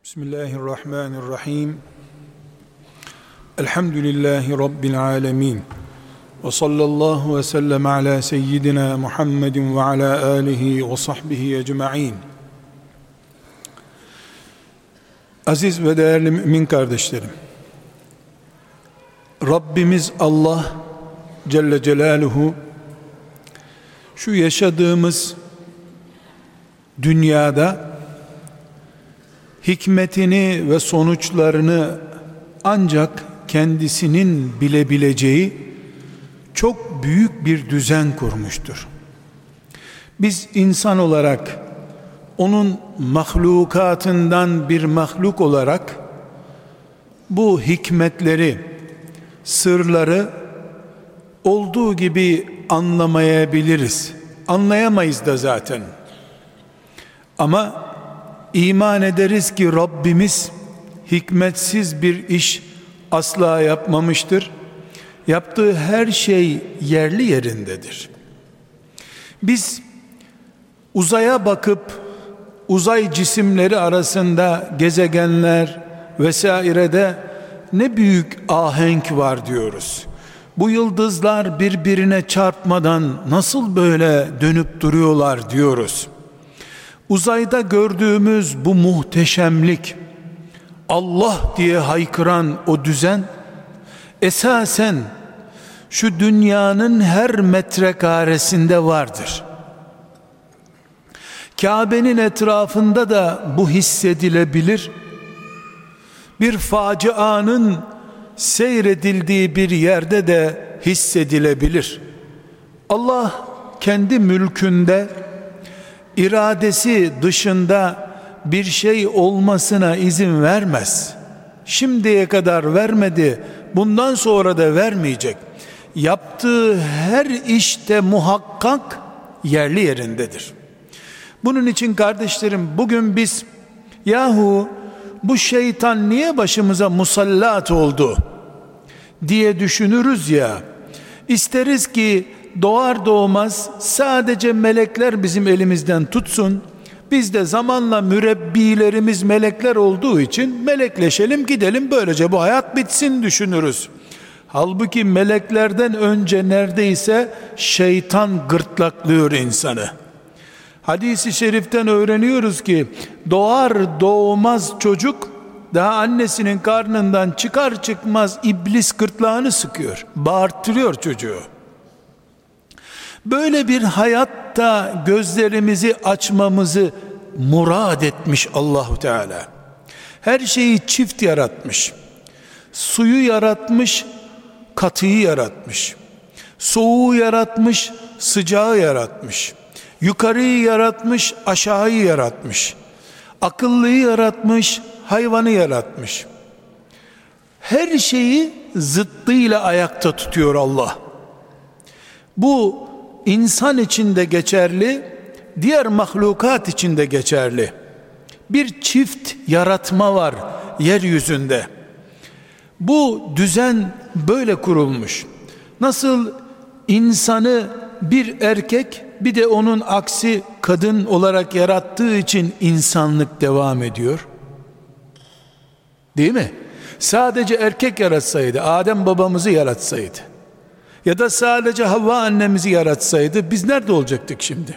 Bismillahirrahmanirrahim. Elhamdülillahi Rabbil alemin. Ve sallallahu ve sellem ala seyyidina Muhammedin ve ala alihi ve sahbihi ecma'in. Aziz ve değerli mümin kardeşlerim, Rabbimiz Allah Celle Celaluhu şu yaşadığımız dünyada hikmetini ve sonuçlarını ancak kendisinin bilebileceği çok büyük bir düzen kurmuştur. Biz insan olarak onun mahlukatından bir mahluk olarak bu hikmetleri, sırları olduğu gibi anlamayabiliriz. Anlayamayız da zaten. Ama İman ederiz ki Rabbimiz hikmetsiz bir iş asla yapmamıştır. Yaptığı her şey yerli yerindedir. Biz uzaya bakıp uzay cisimleri arasında gezegenler vesairede ne büyük ahenk var diyoruz. Bu yıldızlar birbirine çarpmadan nasıl böyle dönüp duruyorlar diyoruz. Uzayda gördüğümüz bu muhteşemlik, Allah diye haykıran o düzen, esasen şu dünyanın her metrekaresinde vardır. Kabe'nin etrafında da bu hissedilebilir. Bir facianın seyredildiği bir yerde de hissedilebilir. Allah kendi mülkünde iradesi dışında bir şey olmasına izin vermez. Şimdiye kadar vermedi, bundan sonra da vermeyecek. Yaptığı her işte muhakkak yerli yerindedir. Bunun için kardeşlerim, bugün biz yahu bu şeytan niye başımıza musallat oldu diye düşünürüz ya. İsteriz ki doğar doğmaz sadece melekler bizim elimizden tutsun. Biz de zamanla mürebbilerimiz melekler olduğu için melekleşelim gidelim, böylece bu hayat bitsin düşünürüz. Halbuki meleklerden önce neredeyse şeytan gırtlaklıyor insanı. Hadis-i şeriften öğreniyoruz ki doğar doğmaz çocuk daha annesinin karnından çıkar çıkmaz iblis gırtlağını sıkıyor, bağırtırıyor çocuğu. Böyle bir hayatta gözlerimizi açmamızı murad etmiş Allahu Teala. Her şeyi çift yaratmış. Suyu yaratmış, katıyı yaratmış. Soğuğu yaratmış, sıcağı yaratmış. Yukarıyı yaratmış, aşağıyı yaratmış. Akıllıyı yaratmış, hayvanı yaratmış. Her şeyi zıttıyla ayakta tutuyor Allah. Bu İnsan için de geçerli, diğer mahlukat için de geçerli. Bir çift yaratma var yeryüzünde. Bu düzen böyle kurulmuş. Nasıl insanı bir erkek bir de onun aksi kadın olarak yarattığı için insanlık devam ediyor. Değil mi? Sadece erkek yaratsaydı, Adem babamızı yaratsaydı, ya da sadece Havva annemizi yaratsaydı biz nerede olacaktık şimdi?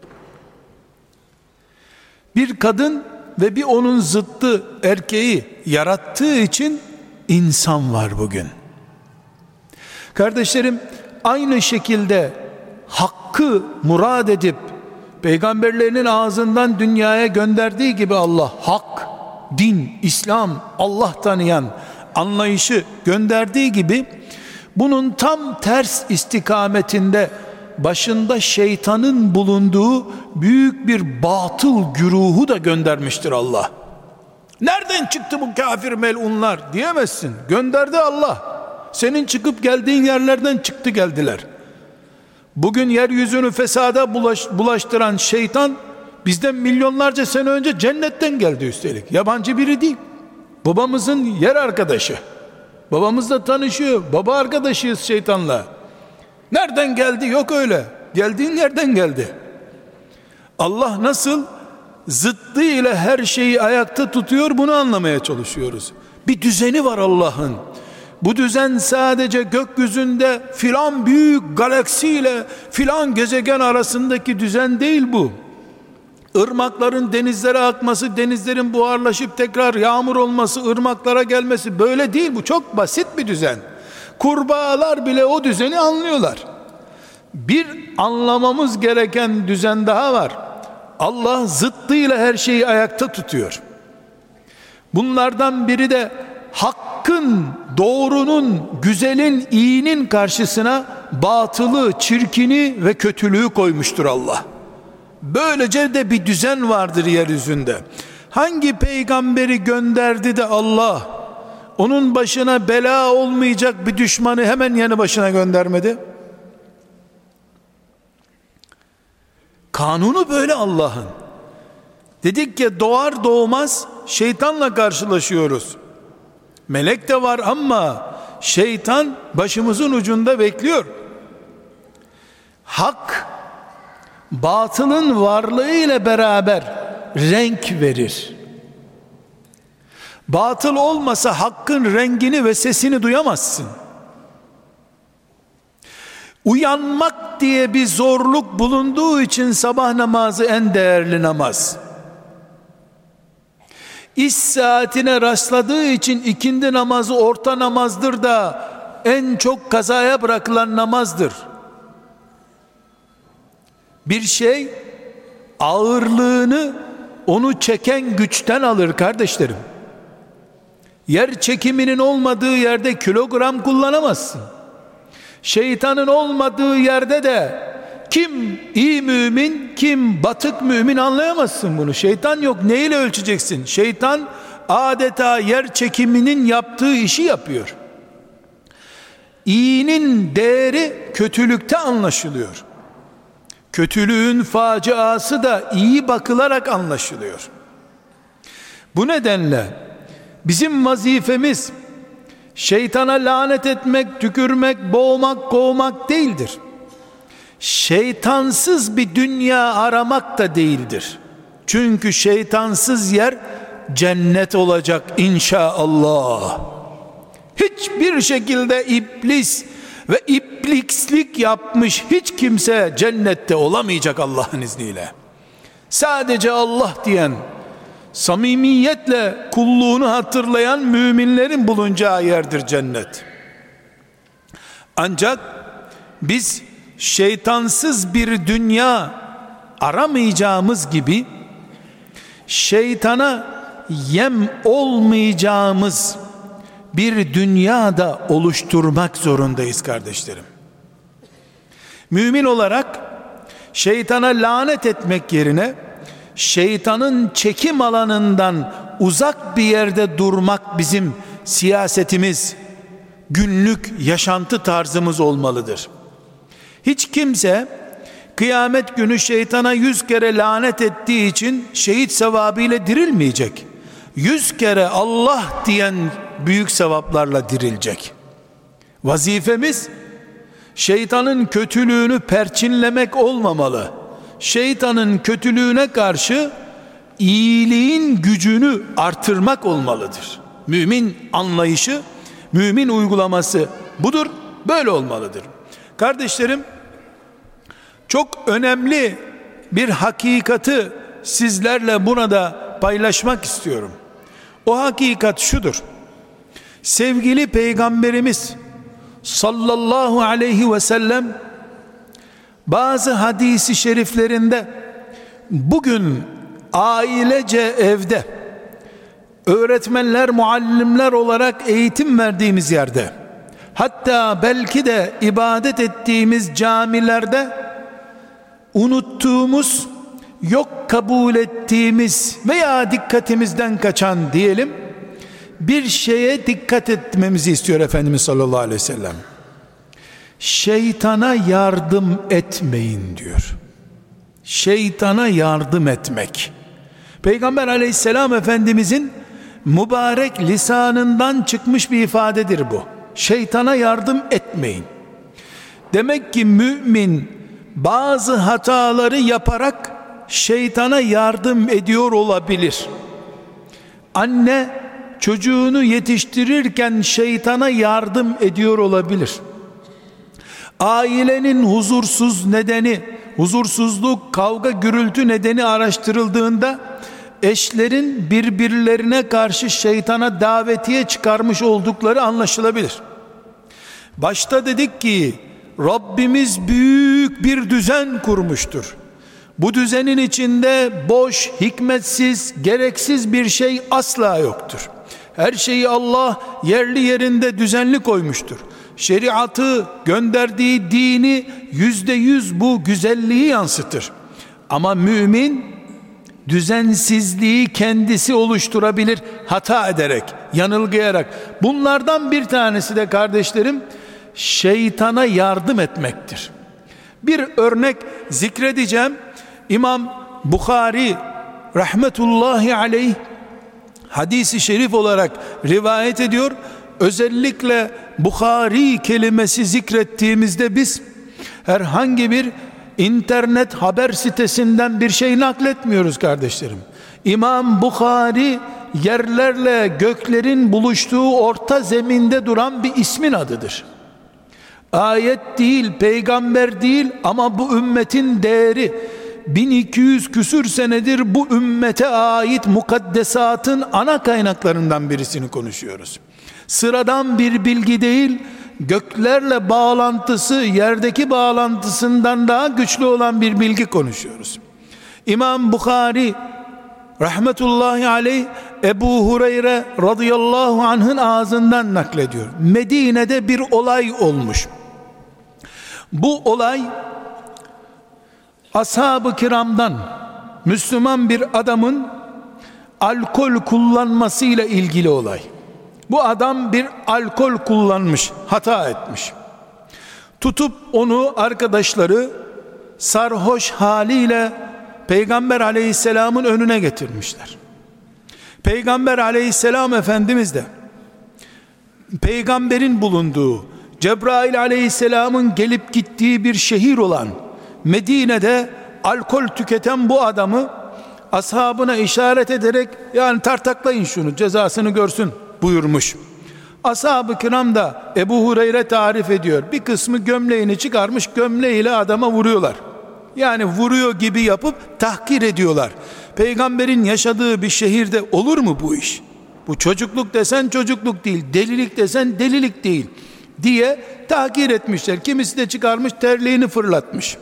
Bir kadın ve bir onun zıttı erkeği yarattığı için insan var bugün. Kardeşlerim, aynı şekilde hakkı murad edip peygamberlerinin ağzından dünyaya gönderdiği gibi Allah hak, din, İslam, Allah tanıyan anlayışı gönderdiği gibi bunun tam ters istikametinde başında şeytanın bulunduğu büyük bir batıl güruhu da göndermiştir Allah. Nereden çıktı bu kafir melunlar diyemezsin. Gönderdi Allah. Senin çıkıp geldiğin yerlerden çıktı geldiler. Bugün yeryüzünü fesada bulaştıran şeytan bizden milyonlarca sene önce cennetten geldi üstelik. Yabancı biri değil. Babamızın yer arkadaşı. Babamızla tanışıyor. Baba arkadaşıyız şeytanla. Nereden geldi? Yok öyle. Geldiğin yerden geldi. Allah nasıl zıttıyla her şeyi ayakta tutuyor, bunu anlamaya çalışıyoruz. Bir düzeni var Allah'ın. Bu düzen sadece gökyüzünde filan büyük galaksiyle filan gezegen arasındaki düzen değil bu. Irmakların denizlere akması, denizlerin buharlaşıp tekrar yağmur olması, ırmaklara gelmesi böyle değil. Bu çok basit bir düzen. Kurbağalar bile o düzeni anlıyorlar. Bir anlamamız gereken düzen daha var. Allah zıttıyla her şeyi ayakta tutuyor. Bunlardan biri de hakkın, doğrunun, güzelin, iyinin karşısına batılı, çirkini ve kötülüğü koymuştur Allah. Böylece de bir düzen vardır yeryüzünde. Hangi peygamberi gönderdi de Allah onun başına bela olmayacak bir düşmanı hemen yanı başına göndermedi? Kanunu böyle Allah'ın. Dedik ki doğar doğmaz şeytanla karşılaşıyoruz. Melek de var ama şeytan başımızın ucunda bekliyor. Hak batılın varlığı ile beraber renk verir. Batıl olmasa hakkın rengini ve sesini duyamazsın. Uyanmak diye bir zorluk bulunduğu için sabah namazı en değerli namaz. İş saatine rastladığı için ikindi namazı orta namazdır da en çok kazaya bırakılan namazdır. Bir şey ağırlığını onu çeken güçten alır kardeşlerim. Yer çekiminin olmadığı yerde kilogram kullanamazsın. Şeytanın olmadığı yerde de kim iyi mümin, kim batık mümin anlayamazsın bunu. Şeytan yok, neyle ölçeceksin? Şeytan adeta yer çekiminin yaptığı işi yapıyor. İyinin değeri kötülükte anlaşılıyor. Kötülüğün faciası da iyi bakılarak anlaşılıyor. Bu nedenle bizim vazifemiz şeytana lanet etmek, tükürmek, boğmak, kovmak değildir. Şeytansız bir dünya aramak da değildir. Çünkü şeytansız yer cennet olacak inşallah. Hiçbir şekilde iblis ve iblislik yapmış hiç kimse cennette olamayacak Allah'ın izniyle. Sadece Allah diyen, samimiyetle kulluğunu hatırlayan müminlerin bulunacağı yerdir cennet. Ancak biz şeytansız bir dünya aramayacağımız gibi şeytana yem olmayacağımız bir dünya da oluşturmak zorundayız kardeşlerim. Mümin olarak şeytana lanet etmek yerine şeytanın çekim alanından uzak bir yerde durmak bizim siyasetimiz, günlük yaşantı tarzımız olmalıdır. Hiç kimse kıyamet günü şeytana 100 kere lanet ettiği için şehit sevabıyla dirilmeyecek. 100 kere Allah diyen büyük sevaplarla dirilecek. Vazifemiz şeytanın kötülüğünü perçinlemek olmamalı. Şeytanın kötülüğüne karşı iyiliğin gücünü artırmak olmalıdır. Mümin anlayışı, mümin uygulaması budur, böyle olmalıdır. Kardeşlerim, çok önemli bir hakikati sizlerle burada paylaşmak istiyorum. O hakikat şudur: sevgili Peygamberimiz sallallahu aleyhi ve sellem bazı hadisi şeriflerinde bugün ailece evde öğretmenler, muallimler olarak eğitim verdiğimiz yerde, hatta belki de ibadet ettiğimiz camilerde unuttuğumuz, yok kabul ettiğimiz veya dikkatimizden kaçan diyelim bir şeye dikkat etmemizi istiyor Efendimiz sallallahu aleyhi ve sellem. Şeytana yardım etmeyin diyor. Şeytana yardım etmek, Peygamber aleyhisselam Efendimizin mübarek lisanından çıkmış bir ifadedir bu. Şeytana yardım etmeyin. Demek ki mümin bazı hataları yaparak şeytana yardım ediyor olabilir. Anne çocuğunu yetiştirirken şeytana yardım ediyor olabilir. Ailenin huzursuzluk, kavga, gürültü nedeni araştırıldığında eşlerin birbirlerine karşı şeytana davetiye çıkarmış oldukları anlaşılabilir. Başta dedik ki Rabbimiz büyük bir düzen kurmuştur. Bu düzenin içinde boş, hikmetsiz, gereksiz bir şey asla yoktur. Her şeyi Allah yerli yerinde düzenli koymuştur. Şeriatı, gönderdiği dini %100 bu güzelliği yansıtır. Ama mümin düzensizliği kendisi oluşturabilir, hata ederek, yanılgayarak. Bunlardan bir tanesi de kardeşlerim, şeytana yardım etmektir. Bir örnek zikredeceğim. İmam Bukhari rahmetullahi aleyh hadisi şerif olarak rivayet ediyor. Özellikle Bukhari kelimesi zikrettiğimizde biz herhangi bir internet haber sitesinden bir şey nakletmiyoruz kardeşlerim. İmam Bukhari yerlerle göklerin buluştuğu orta zeminde duran bir ismin adıdır. Ayet değil, peygamber değil, ama bu ümmetin değeri 1200 küsür senedir bu ümmete ait mukaddesatın ana kaynaklarından birisini konuşuyoruz. Sıradan bir bilgi değil, göklerle bağlantısı yerdeki bağlantısından daha güçlü olan bir bilgi konuşuyoruz. İmam Bukhari rahmetullahi aleyh Ebu Hureyre radıyallahu anh'ın ağzından naklediyor. Medine'de bir olay olmuş. Bu olay ashab-ı kiramdan Müslüman bir adamın alkol kullanmasıyla ilgili olay. Bu adam bir alkol kullanmış, hata etmiş. Tutup onu arkadaşları sarhoş haliyle Peygamber aleyhisselamın önüne getirmişler. Peygamber aleyhisselam Efendimiz de peygamberin bulunduğu, Cebrail aleyhisselamın gelip gittiği bir şehir olan Medine'de alkol tüketen bu adamı ashabına işaret ederek, yani tartaklayın şunu, cezasını görsün buyurmuş. Ashab-ı kiram da Ebu Hureyre tarif ediyor. Bir kısmı gömleğini çıkarmış, gömleğiyle adama vuruyorlar. Yani vuruyor gibi yapıp tahkir ediyorlar. Peygamberin yaşadığı bir şehirde olur mu bu iş? Bu çocukluk desen çocukluk değil, delilik desen delilik değil diye tahkir etmişler. Kimisi de çıkarmış, terliğini fırlatmış.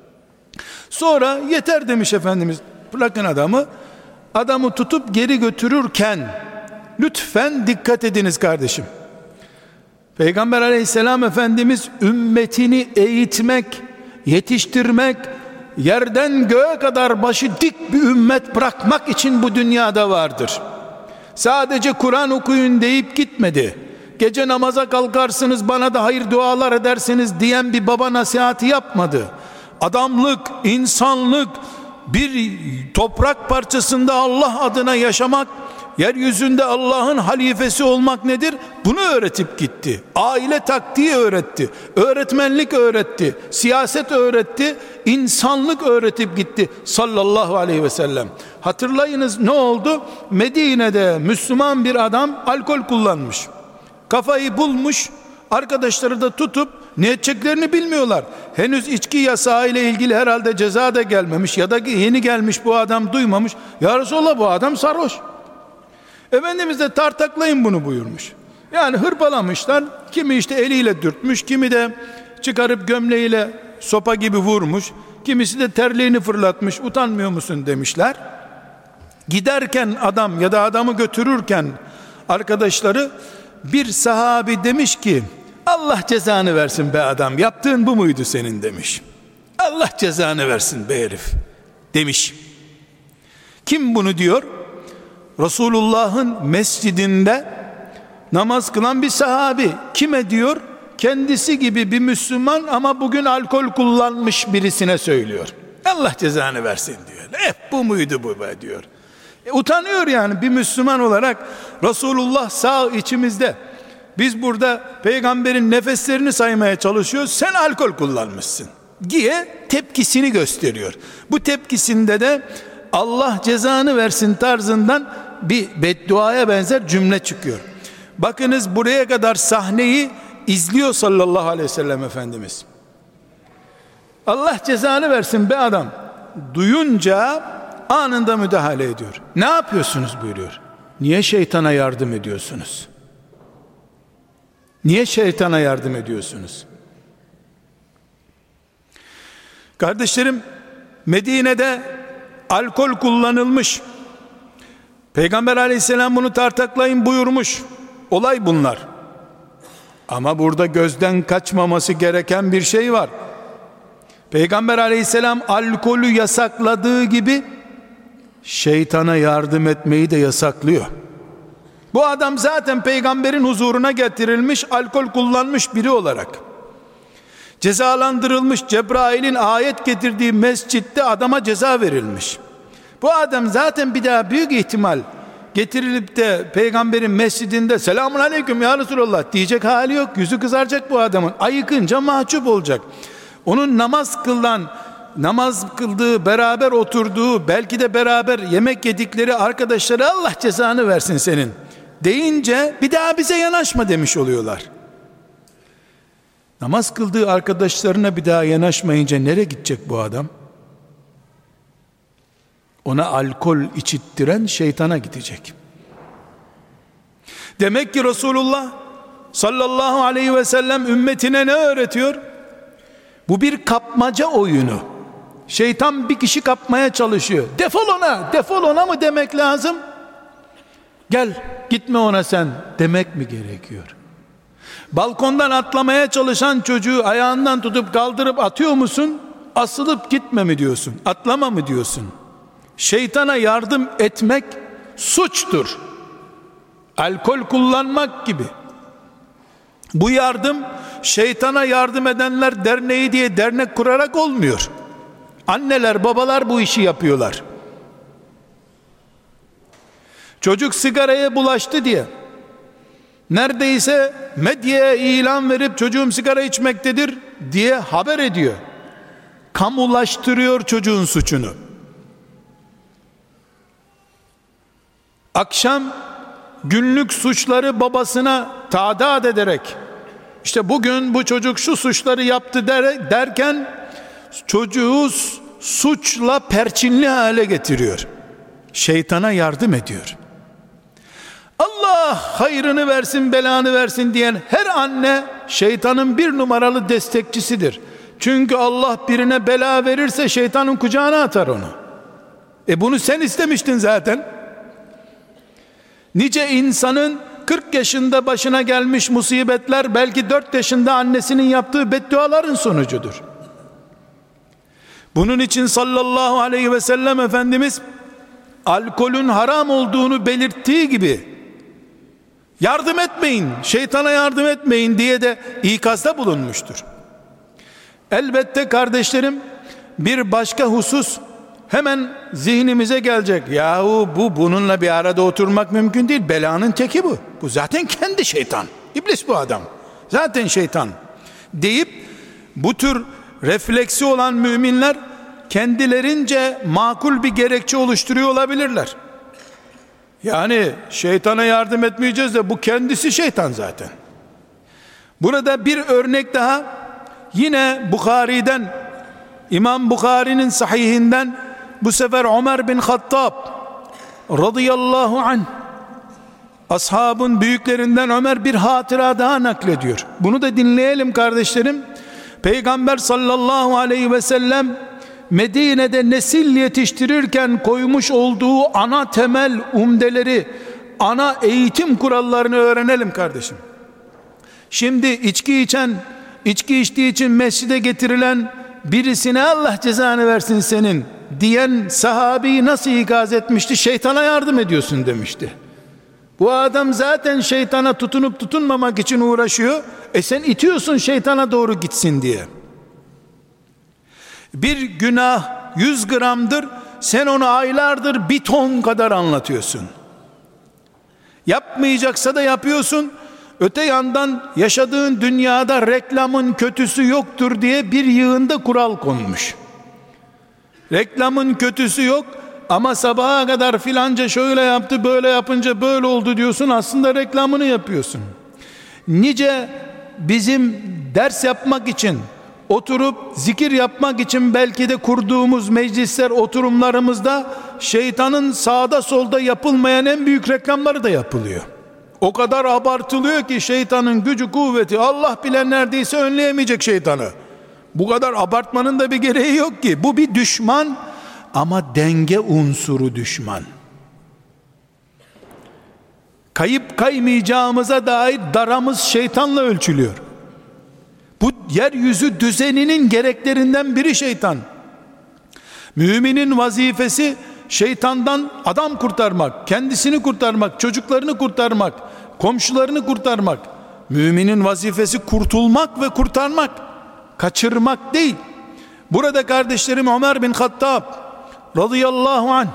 Sonra yeter demiş Efendimiz, bırakın adamı. Adamı tutup geri götürürken lütfen dikkat ediniz kardeşim. Peygamber aleyhisselam Efendimiz ümmetini eğitmek, yetiştirmek, yerden göğe kadar başı dik bir ümmet bırakmak için bu dünyada vardır. Sadece Kur'an okuyun deyip gitmedi. Gece namaza kalkarsınız, bana da hayır dualar edersiniz diyen bir baba nasihati yapmadı. Adamlık, insanlık, bir toprak parçasında Allah adına yaşamak, yeryüzünde Allah'ın halifesi olmak nedir? Bunu öğretip gitti. Aile taktiği öğretti, öğretmenlik öğretti, siyaset öğretti, insanlık öğretip gitti sallallahu aleyhi ve sellem. Hatırlayınız ne oldu? Medine'de Müslüman bir adam alkol kullanmış. Kafayı bulmuş, arkadaşları da tutup ne edeceklerini bilmiyorlar. Henüz içki yasağı ile ilgili herhalde ceza da gelmemiş ya da yeni gelmiş, bu adam duymamış. Ya Resulallah, bu adam sarhoş. Efendimiz de tartaklayın bunu buyurmuş. Yani hırpalamışlar. Kimi işte eliyle dürtmüş, kimi de çıkarıp gömleğiyle sopa gibi vurmuş, kimisi de terliğini fırlatmış. Utanmıyor musun demişler. Giderken adam ya da adamı götürürken arkadaşları, bir sahabi demiş ki, Allah cezanı versin be adam, yaptığın bu muydu senin demiş. Allah cezanı versin be herif demiş. Kim bunu diyor? Resulullah'ın mescidinde namaz kılan bir sahabi. Kime diyor? Kendisi gibi bir Müslüman ama bugün alkol kullanmış birisine söylüyor. Allah cezanı versin diyor. Hep bu muydu bu be diyor. Utanıyor yani bir Müslüman olarak. Resulullah sağ içimizde. Biz burada peygamberin nefeslerini saymaya çalışıyoruz. Sen alkol kullanmışsın. diye tepkisini gösteriyor. Bu tepkisinde de Allah cezanı versin tarzından bir bedduaya benzer cümle çıkıyor. Bakınız, buraya kadar sahneyi izliyor sallallahu aleyhi ve sellem Efendimiz. Allah cezanı versin be adam duyunca anında müdahale ediyor. Ne yapıyorsunuz buyuruyor. Niye şeytana yardım ediyorsunuz? Niye şeytana yardım ediyorsunuz? Kardeşlerim, Medine'de alkol kullanılmış. Peygamber aleyhisselam bunu tartaklayın buyurmuş. Olay bunlar. Ama burada gözden kaçmaması gereken bir şey var. Peygamber aleyhisselam alkolü yasakladığı gibi şeytana yardım etmeyi de yasaklıyor. Bu adam zaten peygamberin huzuruna getirilmiş, alkol kullanmış biri olarak cezalandırılmış. Cebrail'in ayet getirdiği mescitte adama ceza verilmiş. Bu adam zaten bir daha büyük ihtimal getirilip de peygamberin mescidinde selamun aleyküm ya Resulallah diyecek hali yok. Yüzü kızaracak bu adamın. Ayıkınca mahcup olacak. Onun namaz kıldığı, beraber oturduğu, belki de beraber yemek yedikleri arkadaşları Allah cezanı versin senin deyince bir daha bize yanaşma demiş oluyorlar. Namaz kıldığı arkadaşlarına bir daha yanaşmayınca nereye gidecek bu adam? Ona alkol içittiren şeytana gidecek. Demek ki Resulullah sallallahu aleyhi ve sellem ümmetine ne öğretiyor? Bu bir kapmaca oyunu. Şeytan bir kişi kapmaya çalışıyor. Defol ona mı demek lazım? Gel, gitme ona sen demek mi gerekiyor? Balkondan atlamaya çalışan çocuğu ayağından tutup kaldırıp atıyor musun? Asılıp gitme mi diyorsun? Atlama mı diyorsun? Şeytana yardım etmek suçtur. Alkol kullanmak gibi. Bu yardım şeytana yardım edenler derneği diye dernek kurarak olmuyor. Anneler, babalar bu işi yapıyorlar. Çocuk sigaraya bulaştı diye neredeyse medyaya ilan verip çocuğum sigara içmektedir diye haber ediyor. Kamulaştırıyor çocuğun suçunu. Akşam günlük suçları babasına tadat ederek işte bugün bu çocuk şu suçları yaptı derken çocuğu suçla perçinli hale getiriyor. Şeytana yardım ediyor. Allah hayrını versin, belanı versin diyen her anne şeytanın bir numaralı destekçisidir. Çünkü Allah birine bela verirse şeytanın kucağına atar onu. Bunu sen istemiştin zaten. Nice insanın 40 yaşında başına gelmiş musibetler belki 4 yaşında annesinin yaptığı bedduaların sonucudur. Bunun için sallallahu aleyhi ve sellem Efendimiz alkolün haram olduğunu belirttiği gibi yardım etmeyin, şeytana yardım etmeyin diye de ikazda bulunmuştur. Elbette kardeşlerim, bir başka husus hemen zihnimize gelecek. Yahu bununla bir arada oturmak mümkün değil. Belanın teki bu. Bu zaten kendi şeytan. İblis bu adam. Zaten şeytan. Deyip bu tür refleksi olan müminler kendilerince makul bir gerekçe oluşturuyor olabilirler. Yani şeytana yardım etmeyeceğiz de bu kendisi şeytan zaten. Burada bir örnek daha yine Bukhari'den, İmam Bukhari'nin sahihinden, bu sefer Ömer bin Hattab radıyallahu anh, ashabın büyüklerinden Ömer bir hatıra daha naklediyor. Bunu da dinleyelim kardeşlerim. Peygamber sallallahu aleyhi ve sellem Medine'de nesil yetiştirirken koymuş olduğu ana temel umdeleri, ana eğitim kurallarını öğrenelim kardeşim. Şimdi içki içtiği için mescide getirilen birisine Allah cezanı versin senin diyen sahabeyi nasıl ikaz etmişti? Şeytana yardım ediyorsun demişti. Bu adam zaten şeytana tutunup tutunmamak için uğraşıyor. Sen itiyorsun şeytana doğru gitsin diye. Bir günah 100 gramdır, sen onu aylardır 1 ton kadar anlatıyorsun. Yapmayacaksa da yapıyorsun. Öte yandan yaşadığın dünyada reklamın kötüsü yoktur diye bir yığında kural konmuş. Reklamın kötüsü yok ama sabaha kadar filanca şöyle yaptı, böyle yapınca böyle oldu diyorsun, aslında reklamını yapıyorsun. Nice bizim ders yapmak için, oturup zikir yapmak için belki de kurduğumuz meclisler, oturumlarımızda şeytanın sağda solda yapılmayan en büyük reklamları da yapılıyor. O kadar abartılıyor ki şeytanın gücü kuvveti Allah bile neredeyse önleyemeyecek şeytanı. Bu kadar abartmanın da bir gereği yok ki. Bu bir düşman ama denge unsuru düşman. Kayıp kaymayacağımıza dair daramız şeytanla ölçülüyor. Bu yeryüzü düzeninin gereklerinden biri şeytan. Müminin vazifesi şeytandan adam kurtarmak, kendisini kurtarmak, çocuklarını kurtarmak, komşularını kurtarmak. Müminin vazifesi kurtulmak ve kurtarmak, kaçırmak değil. Burada kardeşlerim, Ömer bin Hattab radıyallahu anh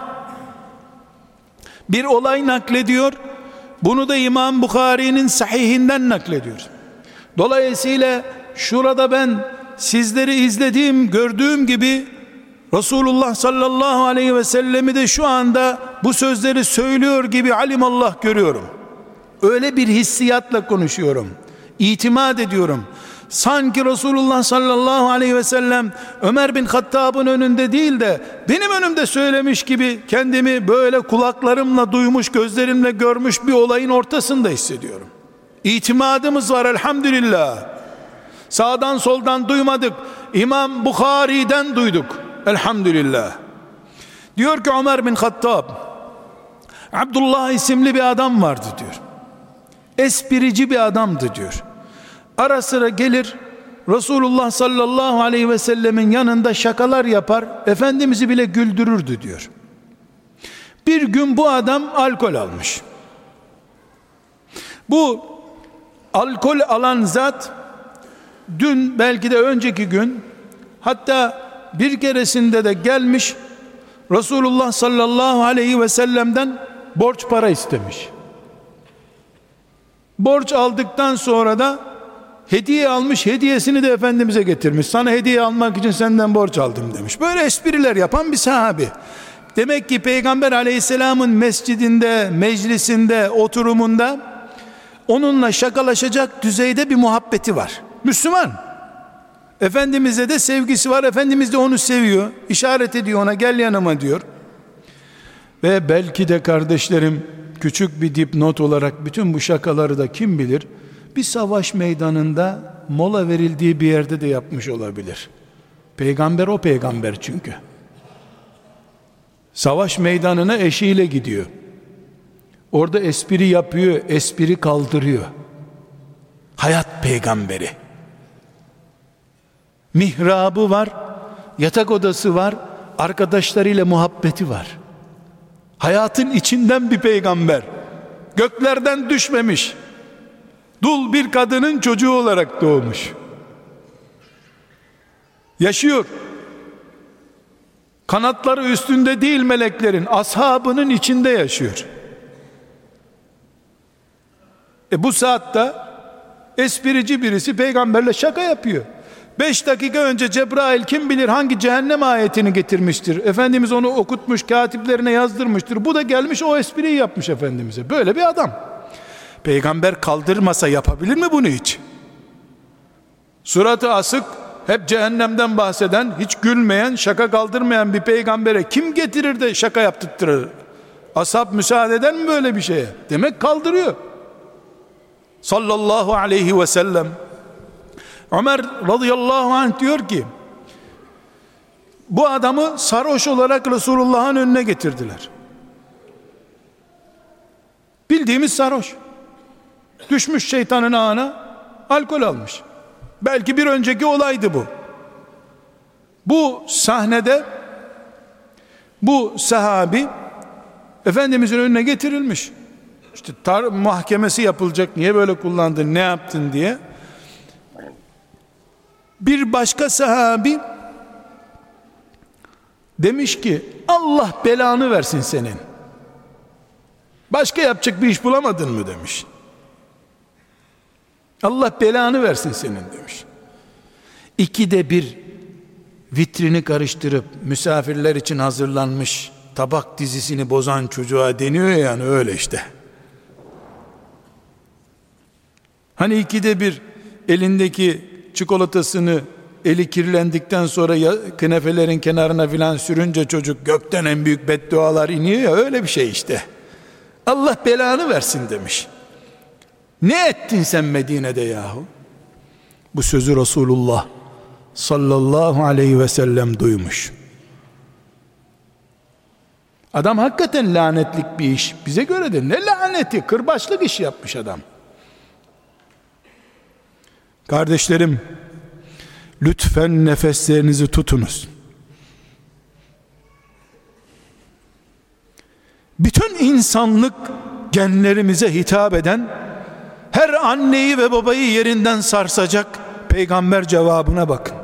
bir olay naklediyor. Bunu da İmam Bukhari'nin sahihinden naklediyor. Dolayısıyla şurada ben sizleri izlediğim, gördüğüm gibi Resulullah sallallahu aleyhi ve sellemi de şu anda bu sözleri söylüyor gibi alimallah görüyorum. Öyle bir hissiyatla konuşuyorum. İtimat ediyorum. Sanki Resulullah sallallahu aleyhi ve sellem Ömer bin Hattab'ın önünde değil de benim önümde söylemiş gibi kendimi böyle kulaklarımla duymuş, gözlerimle görmüş bir olayın ortasında hissediyorum. İtimadımız var elhamdülillah. Sağdan soldan duymadık. İmam Bukhari'den duyduk. Elhamdülillah. Diyor ki Ömer bin Hattab, Abdullah isimli bir adam vardı diyor. Esprici bir adamdı diyor. Ara sıra gelir Resulullah sallallahu aleyhi ve sellemin yanında şakalar yapar, Efendimiz'i bile güldürürdü diyor. Bir gün bu adam alkol almış. Bu alkol alan zat dün, belki de önceki gün, hatta bir keresinde de gelmiş Resulullah sallallahu aleyhi ve sellem'den borç para istemiş. Borç aldıktan sonra da hediye almış, hediyesini de Efendimiz'e getirmiş. Sana hediye almak için senden borç aldım demiş. Böyle espriler yapan bir sahabi. Demek ki Peygamber aleyhisselamın mescidinde, meclisinde, oturumunda onunla şakalaşacak düzeyde bir muhabbeti var. Müslüman. Efendimiz'e de sevgisi var. Efendimiz de onu seviyor. İşaret ediyor ona, gel yanıma diyor. Ve belki de kardeşlerim, küçük bir dipnot olarak bütün bu şakaları da kim bilir bir savaş meydanında mola verildiği bir yerde de yapmış olabilir. Peygamber o peygamber çünkü. Savaş meydanına eşiyle gidiyor. Orada espri yapıyor, espri kaldırıyor. Hayat peygamberi. Mihrabı var, yatak odası var, arkadaşlarıyla muhabbeti var. Hayatın içinden bir peygamber. Göklerden düşmemiş. Dul bir kadının çocuğu olarak doğmuş. Yaşıyor. Kanatları üstünde değil meleklerin, ashabının içinde yaşıyor. Bu saatte esprici birisi peygamberle şaka yapıyor. 5 dakika önce Cebrail kim bilir hangi cehennem ayetini getirmiştir. Efendimiz onu okutmuş, katiplerine yazdırmıştır. Bu da gelmiş o espriyi yapmış Efendimiz'e. Böyle bir adam. Peygamber kaldırmasa yapabilir mi bunu hiç? Suratı asık, hep cehennemden bahseden, hiç gülmeyen, şaka kaldırmayan bir peygambere kim getirir de şaka yaptırtırır? Ashab müsaade eder mi böyle bir şeye? Demek kaldırıyor. Sallallahu aleyhi ve sellem. Ömer radıyallahu anh diyor ki, bu adamı sarhoş olarak Resulullah'ın önüne getirdiler. Bildiğimiz sarhoş. Düşmüş şeytanın ağına, alkol almış. Belki bir önceki olaydı bu. Bu sahnede bu sahabi Efendimizin önüne getirilmiş. İşte mahkemesi yapılacak, niye böyle kullandın, ne yaptın diye. Bir başka sahabi demiş ki, Allah belanı versin senin. Başka yapacak bir iş bulamadın mı demiş. Allah belanı versin senin demiş. 2'de 1 vitrini karıştırıp misafirler için hazırlanmış tabak dizisini bozan çocuğa deniyor ya, yani öyle işte. Hani 2'de 1 elindeki çikolatasını eli kirlendikten sonra künefelerin kenarına filan sürünce çocuk gökten en büyük beddualar iniyor ya, öyle bir şey işte. Allah belanı versin demiş. Ne ettin sen Medine'de yahu? Bu sözü Resulullah sallallahu aleyhi ve sellem duymuş. Adam hakikaten lanetlik bir iş. Bize göre de ne laneti, kırbaçlık iş yapmış adam. Kardeşlerim, lütfen nefeslerinizi tutunuz. Bütün insanlık genlerimize hitap eden, her anneyi ve babayı yerinden sarsacak peygamber cevabına bakın.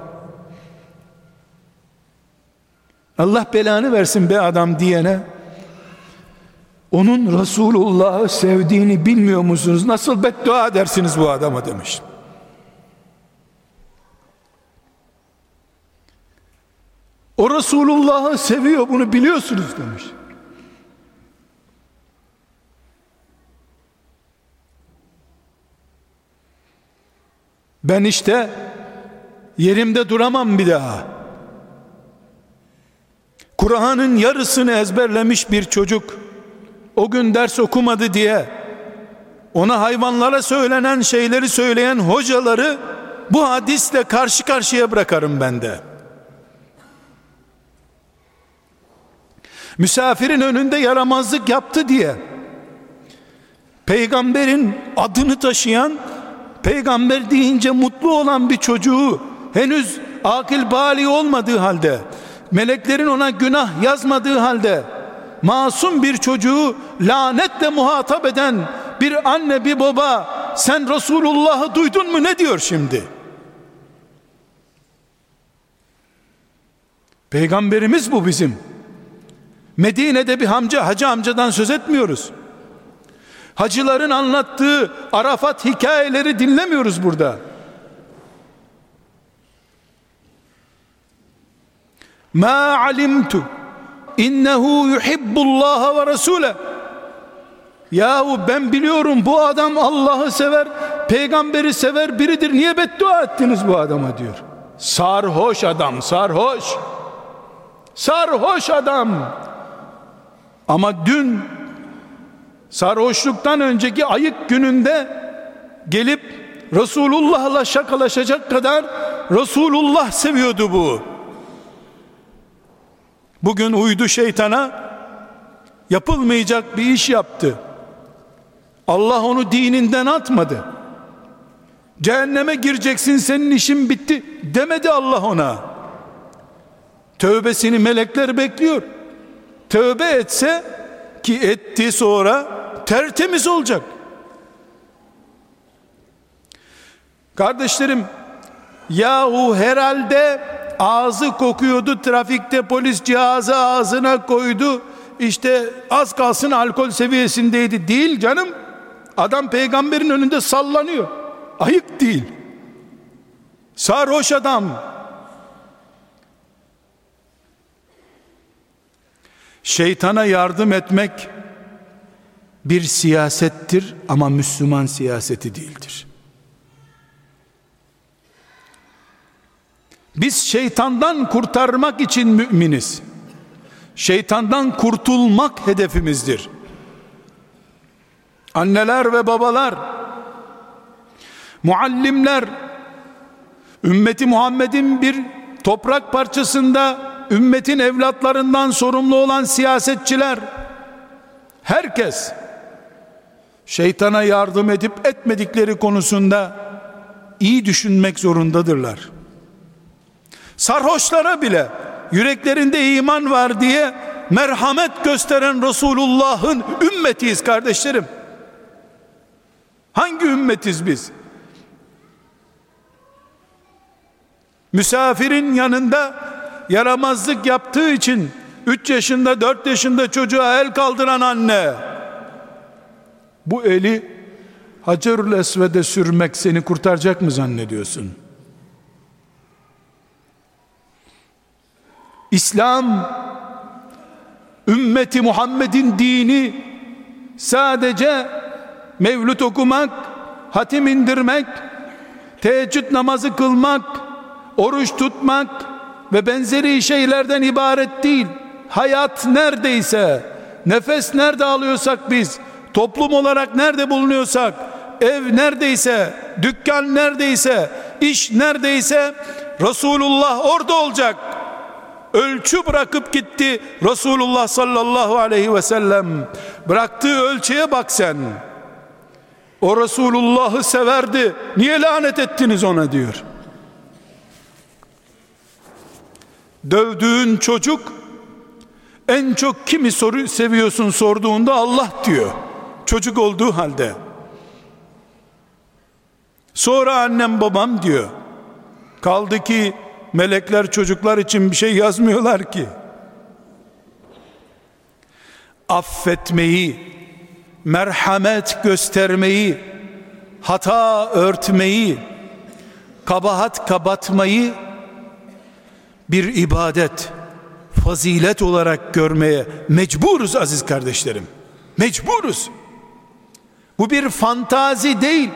Allah belanı versin be adam diyene, onun Resulullah'ı sevdiğini bilmiyor musunuz? Nasıl beddua edersiniz bu adama demiş. O Resulullah'ı seviyor, bunu biliyorsunuz demiş. Ben işte yerimde duramam bir daha. Kur'an'ın yarısını ezberlemiş bir çocuk o gün ders okumadı diye ona hayvanlara söylenen şeyleri söyleyen hocaları bu hadisle karşı karşıya bırakarım ben de. Misafirin önünde yaramazlık yaptı diye peygamberin adını taşıyan, peygamber deyince mutlu olan bir çocuğu, henüz akıl bali olmadığı halde, meleklerin ona günah yazmadığı halde masum bir çocuğu lanetle muhatap eden bir anne, bir baba, sen Resulullah'ı duydun mu ne diyor şimdi? Peygamberimiz bu bizim. Medine'de bir hacı amcadan söz etmiyoruz. Hacıların anlattığı Arafat hikayeleri dinlemiyoruz burada. Ma alimtu innehu yuhibbullah ve rasule. Yahu ben biliyorum bu adam Allah'ı sever, peygamberi sever biridir, niye beddua ettiniz bu adama diyor. Sarhoş adam, sarhoş. Sarhoş adam. Ama dün sarhoşluktan önceki ayık gününde gelip Resulullah'la şakalaşacak kadar Resulullah seviyordu bu. Bugün uydu şeytana, yapılmayacak bir iş yaptı. Allah onu dininden atmadı. Cehenneme gireceksin, senin işin bitti demedi Allah ona. Tövbesini melekler bekliyor. Tövbe etse, ki etti, sonra tertemiz olacak. Kardeşlerim, yahu herhalde ağzı kokuyordu, trafikte polis cihazı ağzına koydu, işte az kalsın alkol seviyesindeydi. Değil canım, adam peygamberin önünde sallanıyor. Ayıp değil. Sarhoş adam. Şeytana yardım etmek bir siyasettir ama Müslüman siyaseti değildir. Biz şeytandan kurtarmak için müminiz. Şeytandan kurtulmak hedefimizdir. Anneler ve babalar, muallimler, ümmeti Muhammed'in bir toprak parçasında ümmetin evlatlarından sorumlu olan siyasetçiler, herkes şeytana yardım edip etmedikleri konusunda iyi düşünmek zorundadırlar. Sarhoşlara bile yüreklerinde iman var diye merhamet gösteren Resulullah'ın ümmetiyiz kardeşlerim. Hangi ümmetiz biz? Misafirin yanında yaramazlık yaptığı için 3 yaşında 4 yaşında çocuğa el kaldıran anne, bu eli Hacerül Esved'e sürmek seni kurtaracak mı zannediyorsun? İslam, ümmeti Muhammed'in dini sadece mevlüt okumak, hatim indirmek, teheccüd namazı kılmak, oruç tutmak ve benzeri şeylerden ibaret değil. Hayat neredeyse, nefes nerede alıyorsak biz, toplum olarak nerede bulunuyorsak, ev neredeyse, dükkan neredeyse, iş neredeyse Resulullah orada olacak. Ölçü bırakıp gitti Resulullah sallallahu aleyhi ve sellem. Bıraktığı ölçüye bak sen. O Resulullah'ı severdi, niye lanet ettiniz ona diyor. Dövdüğün çocuk en çok kimi seviyorsun sorduğunda Allah diyor, çocuk olduğu halde. Sonra annem babam diyor. Kaldı ki melekler çocuklar için bir şey yazmıyorlar ki. Affetmeyi, merhamet göstermeyi, hata örtmeyi, kabahat kapatmayı bir ibadet, fazilet olarak görmeye mecburuz aziz kardeşlerim. Mecburuz. Bu bir fantazi değil.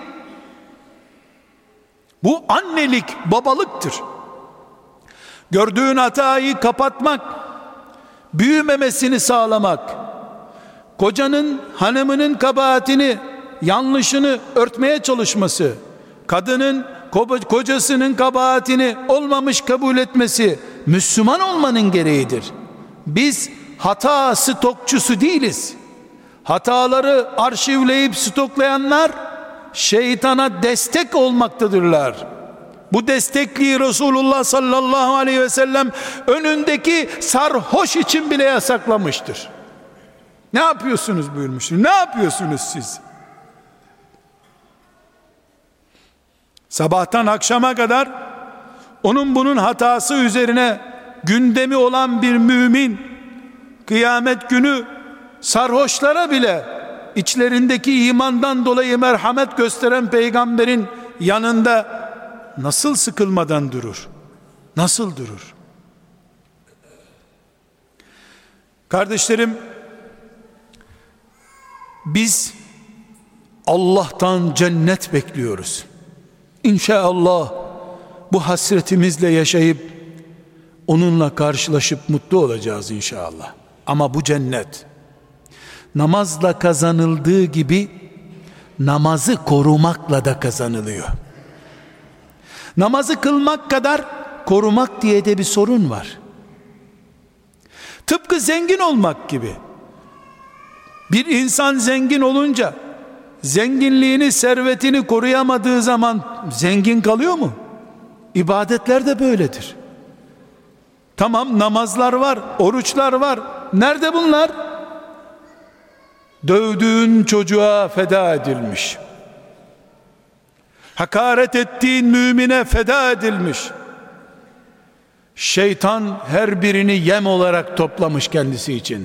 Bu annelik, babalıktır. Gördüğün hatayı kapatmak, büyümemesini sağlamak, kocanın, hanımının kabahatini, yanlışını örtmeye çalışması, kadının kocasının kabahatini olmamış kabul etmesi Müslüman olmanın gereğidir. Biz hata stokçusu değiliz. Hataları arşivleyip stoklayanlar şeytana destek olmaktadırlar. Bu destekliği Resulullah sallallahu aleyhi ve sellem önündeki sarhoş için bile yasaklamıştır. Ne yapıyorsunuz buyurmuştur. Ne yapıyorsunuz siz? Sabahtan akşama kadar onun bunun hatası üzerine gündemi olan bir mümin, kıyamet günü sarhoşlara bile içlerindeki imandan dolayı merhamet gösteren peygamberin yanında nasıl sıkılmadan durur? Nasıl durur? Kardeşlerim, biz Allah'tan cennet bekliyoruz. İnşallah bu hasretimizle yaşayıp onunla karşılaşıp mutlu olacağız inşallah. Ama bu cennet namazla kazanıldığı gibi namazı korumakla da kazanılıyor. Namazı kılmak kadar korumak diye de bir sorun var. Tıpkı zengin olmak gibi. Bir insan zengin olunca zenginliğini, servetini koruyamadığı zaman zengin kalıyor mu? İbadetler de böyledir. Tamam, namazlar var, oruçlar var. Nerede bunlar? Dövdüğün çocuğa feda edilmiş. Hakaret ettiğin mümine feda edilmiş. Şeytan her birini yem olarak toplamış kendisi için.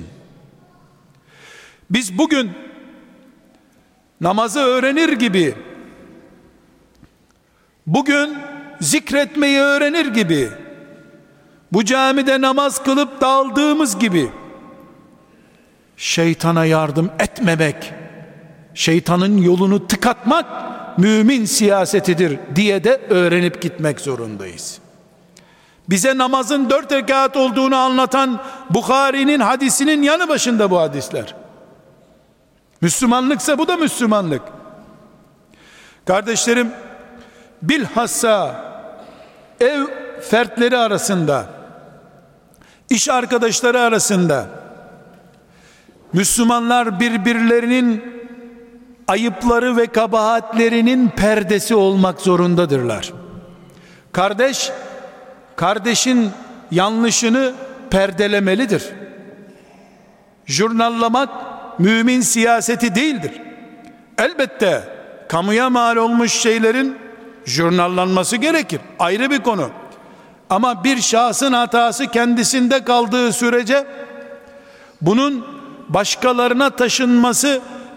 Biz bugün namazı öğrenir gibi, bugün zikretmeyi öğrenir gibi, bu camide namaz kılıp dağıldığımız gibi şeytana yardım etmemek, şeytanın yolunu tıkatmak mümin siyasetidir diye de öğrenip gitmek zorundayız. Bize namazın 4 rekat olduğunu anlatan Bukhari'nin hadisinin yanı başında bu hadisler. Müslümanlıksa bu da Müslümanlık. Kardeşlerim, bilhassa ev fertleri arasında, iş arkadaşları arasında Müslümanlar birbirlerinin ayıpları ve kabahatlerinin perdesi olmak zorundadırlar. Kardeş, kardeşin yanlışını perdelemelidir. Jurnallamak mümin siyaseti değildir. Elbette kamuya mal olmuş şeylerin jurnallanması gerekir. Ayrı bir konu. Ama bir şahsın hatası kendisinde kaldığı sürece bunun başkalarına taşınması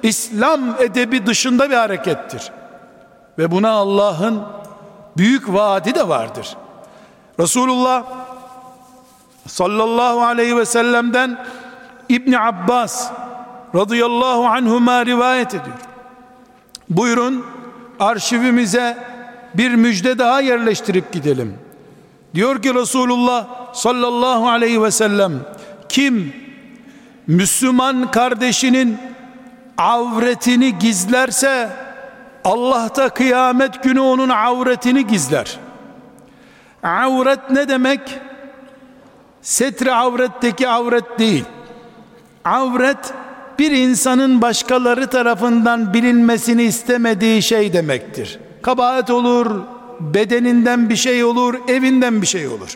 İslam edebi dışında bir harekettir. Ve buna Allah'ın büyük vaadi de vardır. Resulullah sallallahu aleyhi ve sellem'den İbn Abbas radıyallahu anhuma rivayet ediyor. Buyurun, arşivimize bir müjde daha yerleştirip gidelim. Diyor ki Resulullah sallallahu aleyhi ve sellem, kim Müslüman kardeşinin avretini gizlerse Allah da kıyamet günü onun avretini gizler. Avret ne demek? Setre avretteki avret değil. Avret, bir insanın başkaları tarafından bilinmesini istemediği şey demektir. Kabahat olur, bedeninden bir şey olur, evinden bir şey olur.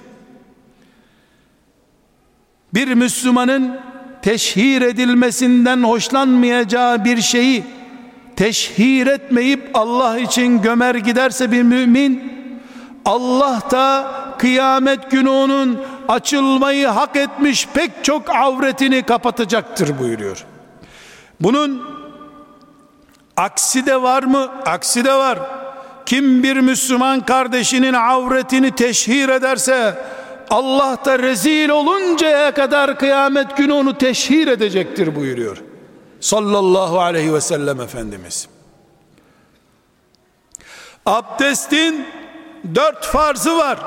Bir Müslümanın teşhir edilmesinden hoşlanmayacağı bir şeyi teşhir etmeyip Allah için gömer giderse bir mümin, Allah da kıyamet günü onun açılmayı hak etmiş pek çok avretini kapatacaktır buyuruyor. Bunun aksi de var mı? Aksi de var. Kim bir Müslüman kardeşinin avretini teşhir ederse Allah da rezil oluncaya kadar kıyamet günü onu teşhir edecektir buyuruyor sallallahu aleyhi ve sellem Efendimiz. Abdestin 4 farzı var.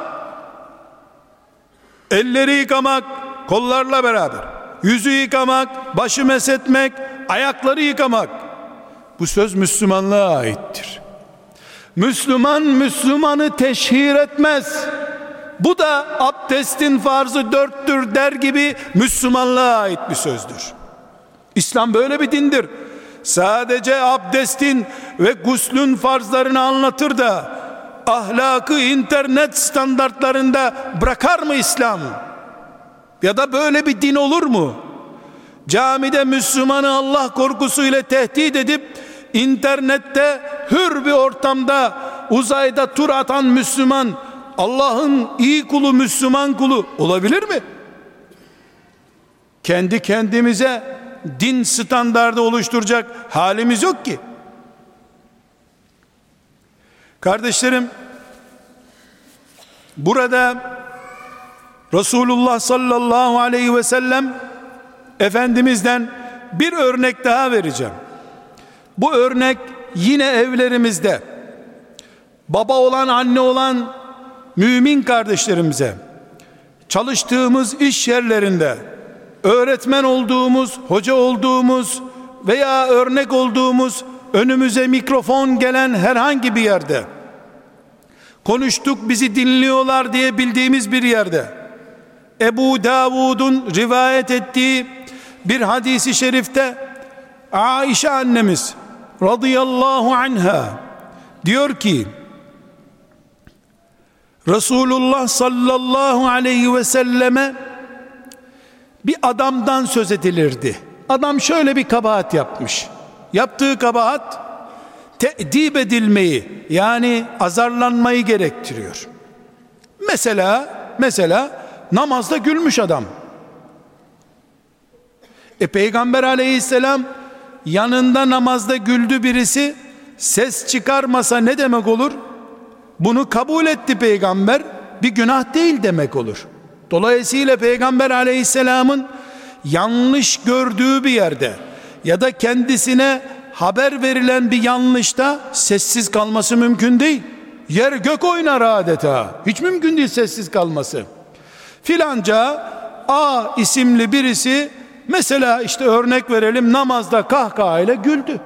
Elleri yıkamak kollarla beraber, yüzü yıkamak, başı meshetmek, ayakları yıkamak. Bu söz Müslümanlığa aittir. Müslüman Müslümanı teşhir etmez. Bu da abdestin farzı 4'tür der gibi Müslümanlığa ait bir sözdür. İslam böyle bir dindir. Sadece abdestin ve guslün farzlarını anlatır da ahlakı internet standartlarında bırakar mı İslam? Ya da böyle bir din olur mu? Camide Müslümanı Allah korkusuyla tehdit edip internette hür bir ortamda uzayda tur atan Müslüman, Allah'ın iyi kulu, Müslüman kulu olabilir mi? Kendi kendimize din standardı oluşturacak halimiz yok ki. Kardeşlerim, burada Resulullah sallallahu aleyhi ve sellem Efendimiz'den bir örnek daha vereceğim. Bu örnek yine evlerimizde baba olan, anne olan mümin kardeşlerimize, çalıştığımız iş yerlerinde, öğretmen olduğumuz, hoca olduğumuz veya örnek olduğumuz, önümüze mikrofon gelen herhangi bir yerde, konuştuk bizi dinliyorlar diye bildiğimiz bir yerde, Ebu Davud'un rivayet ettiği bir hadisi şerifte Aişe annemiz radıyallahu anha diyor ki, Resulullah sallallahu aleyhi ve selleme bir adamdan söz edilirdi. Adam şöyle bir kabahat yapmış. Yaptığı kabahat te'dib edilmeyi, yani azarlanmayı gerektiriyor. Mesela namazda gülmüş adam. Peygamber aleyhisselam yanında namazda güldü birisi, ses çıkarmasa ne demek olur? Bunu kabul etti peygamber, bir günah değil demek olur. Dolayısıyla Peygamber aleyhisselamın yanlış gördüğü bir yerde ya da kendisine haber verilen bir yanlışta sessiz kalması mümkün değil. Yer gök oynar adeta. Hiç mümkün değil sessiz kalması. Filanca A isimli birisi, mesela işte örnek verelim, namazda kahkahayla güldü.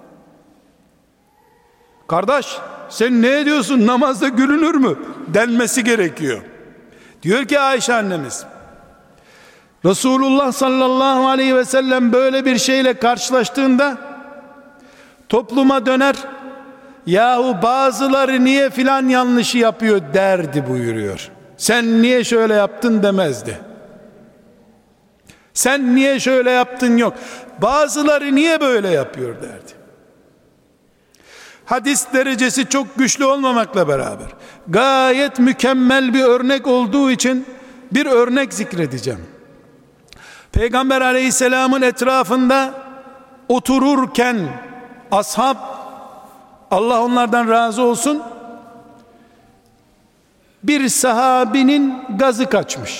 Kardeş, sen ne ediyorsun, namazda gülünür mü denmesi gerekiyor. Diyor ki Ayşe annemiz, Resulullah sallallahu aleyhi ve sellem böyle bir şeyle karşılaştığında topluma döner, yahu bazıları niye filan yanlışı yapıyor derdi buyuruyor. Sen niye şöyle yaptın demezdi. Sen niye şöyle yaptın yok. Bazıları niye böyle yapıyor derdi. Hadis derecesi çok güçlü olmamakla beraber gayet mükemmel bir örnek olduğu için bir örnek zikredeceğim. Peygamber aleyhisselamın etrafında otururken ashab, Allah onlardan razı olsun, bir sahabinin gazı kaçmış.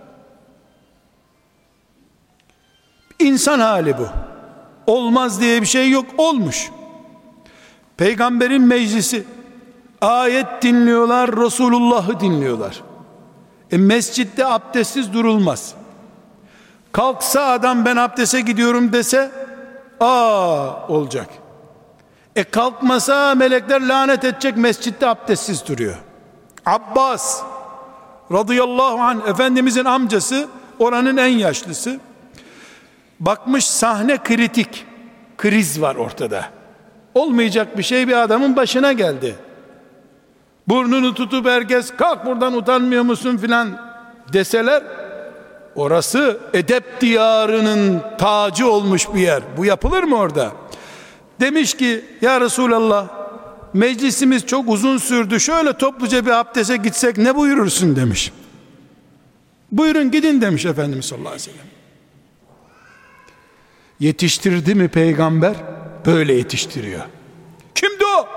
İnsan hali bu. Olmaz diye bir şey yok, olmuş. Peygamberin meclisi, ayet dinliyorlar, Resulullah'ı dinliyorlar. Mescitte abdestsiz durulmaz. Kalksa adam ben abdeste gidiyorum dese olacak. Kalkmasa melekler lanet edecek, mescitte abdestsiz duruyor. Abbas radıyallahu anh, Efendimizin amcası, oranın en yaşlısı, bakmış sahne kritik, kriz var ortada, olmayacak bir şey bir adamın başına geldi. Burnunu tutup herkes kalk buradan utanmıyor musun filan deseler, orası edep diyarının tacı olmuş bir yer, bu yapılır mı orada? Demiş ki ya Resulallah, meclisimiz çok uzun sürdü, şöyle topluca bir abdese gitsek ne buyurursun demiş. Buyurun gidin demiş Efendimiz sallallahu aleyhi ve sellem. Yetiştirdi mi peygamber? Böyle yetiştiriyor. Kimdi o?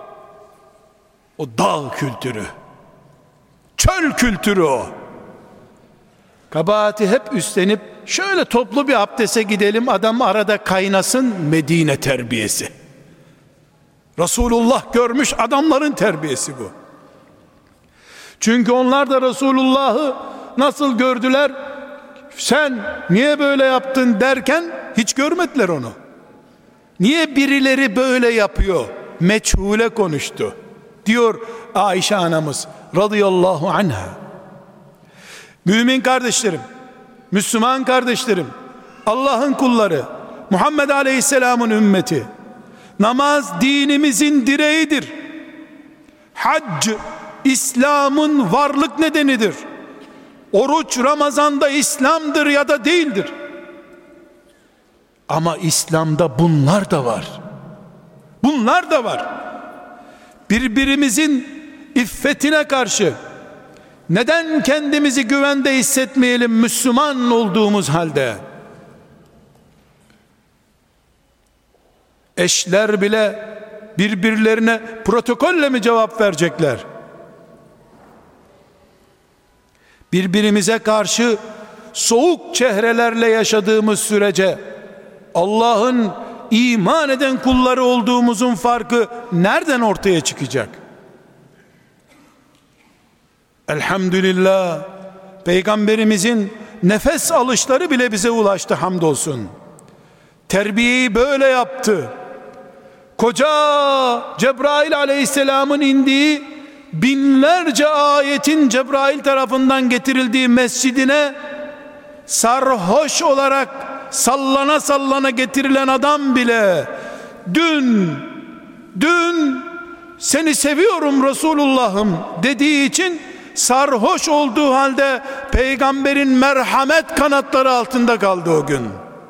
O dağ kültürü, çöl kültürü o. Kabahati hep üstlenip şöyle toplu bir abdese gidelim, adam arada kaynasın, Medine terbiyesi. Resulullah görmüş adamların terbiyesi bu. Çünkü onlar da Resulullah'ı nasıl gördüler, sen niye böyle yaptın derken hiç görmediler onu. Niye birileri böyle yapıyor, meçhule konuştu diyor Ayşe anamız radıyallahu anha. Mümin kardeşlerim, Müslüman kardeşlerim, Allah'ın kulları, Muhammed Aleyhisselam'ın ümmeti, namaz dinimizin direğidir. Hac İslam'ın varlık nedenidir. Oruç Ramazan'da İslam'dır ya da değildir. Ama İslam'da bunlar da var. Bunlar da var. Birbirimizin iffetine karşı neden kendimizi güvende hissetmeyelim Müslüman olduğumuz halde? Eşler bile birbirlerine protokolle mi cevap verecekler? Birbirimize karşı soğuk çehrelerle yaşadığımız sürece Allah'ın iman eden kulları olduğumuzun farkı nereden ortaya çıkacak? Elhamdülillah, Peygamberimizin nefes alışları bile bize ulaştı hamdolsun. Terbiyeyi böyle yaptı. Koca Cebrail aleyhisselamın indiği binlerce ayetin Cebrail tarafından getirildiği mescidine sarhoş olarak sallana sallana getirilen adam bile dün seni seviyorum Resulullah'ım dediği için sarhoş olduğu halde peygamberin merhamet kanatları altında kaldı o gün.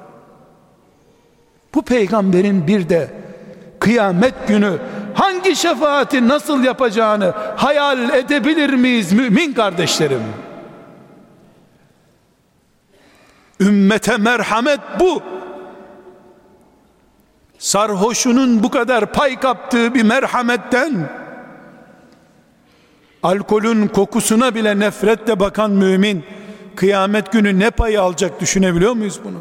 Bu peygamberin bir de kıyamet günü hangi şefaati nasıl yapacağını hayal edebilir miyiz mümin kardeşlerim? Ümmete merhamet bu. Sarhoşunun bu kadar pay kaptığı bir merhametten, alkolün kokusuna bile nefretle bakan mümin kıyamet günü ne payı alacak, düşünebiliyor muyuz bunu?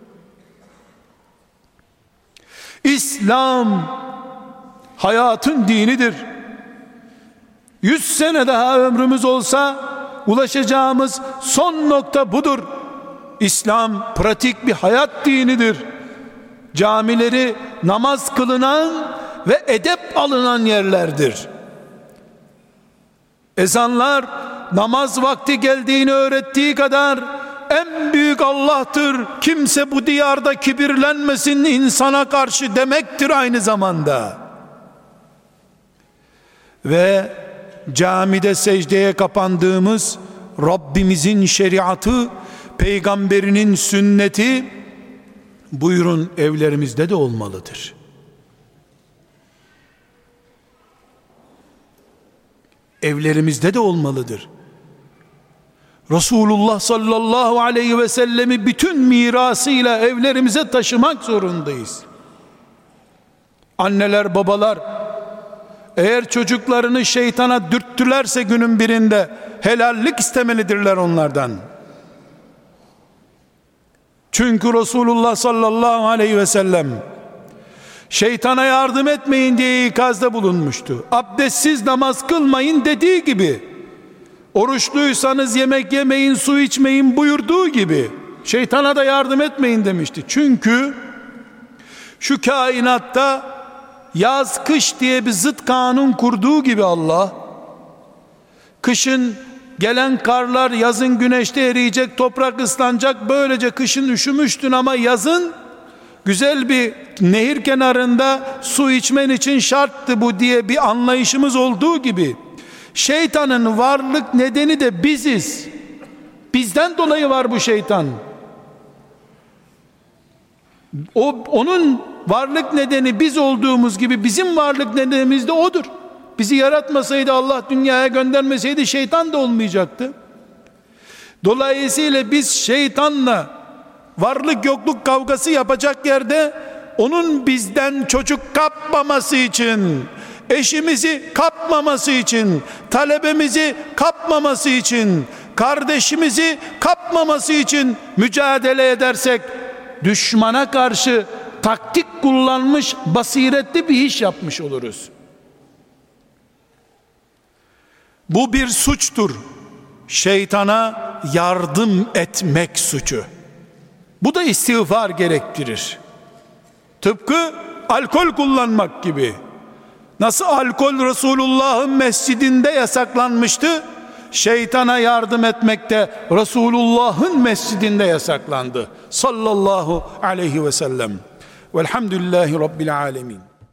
İslam hayatın dinidir. 100 sene daha ömrümüz olsa ulaşacağımız son nokta budur. İslam pratik bir hayat dinidir. Camileri namaz kılınan ve edep alınan yerlerdir. Ezanlar namaz vakti geldiğini öğrettiği kadar en büyük Allah'tır, kimse bu diyarda kibirlenmesin insana karşı demektir aynı zamanda. Ve camide secdeye kapandığımız Rabbimizin şeriatı, peygamberinin sünneti buyurun evlerimizde de olmalıdır. Evlerimizde de olmalıdır. Resulullah sallallahu aleyhi ve sellemi bütün mirasıyla evlerimize taşımak zorundayız. Anneler, babalar eğer çocuklarını şeytana dürttülerse günün birinde helallik istemelidirler onlardan. Çünkü Resulullah sallallahu aleyhi ve sellem şeytana yardım etmeyin diye ikazda bulunmuştu. Abdestsiz namaz kılmayın dediği gibi, oruçluysanız yemek yemeyin, su içmeyin buyurduğu gibi şeytana da yardım etmeyin demişti. Çünkü şu kainatta yaz kış diye bir zıt kanun kurduğu gibi Allah, kışın gelen karlar yazın güneşte eriyecek, toprak ıslanacak, böylece kışın üşümüştün ama yazın güzel bir nehir kenarında su içmen için şarttı bu diye bir anlayışımız olduğu gibi, şeytanın varlık nedeni de biziz. Bizden dolayı var bu şeytan. Onun varlık nedeni biz olduğumuz gibi bizim varlık nedenimiz de odur. Bizi yaratmasaydı, Allah dünyaya göndermeseydi şeytan da olmayacaktı. Dolayısıyla biz şeytanla varlık yokluk kavgası yapacak yerde onun bizden çocuk kapmaması için, eşimizi kapmaması için, talebemizi kapmaması için, kardeşimizi kapmaması için mücadele edersek, düşmana karşı taktik kullanmış, basiretli bir iş yapmış oluruz. Bu bir suçtur. Şeytana yardım etmek suçu. Bu da istiğfar gerektirir. Tıpkı alkol kullanmak gibi. Nasıl alkol Resulullah'ın mescidinde yasaklanmıştı, şeytana yardım etmek de Resulullah'ın mescidinde yasaklandı. Sallallahu aleyhi ve sellem. Velhamdülillahi Rabbil alemin.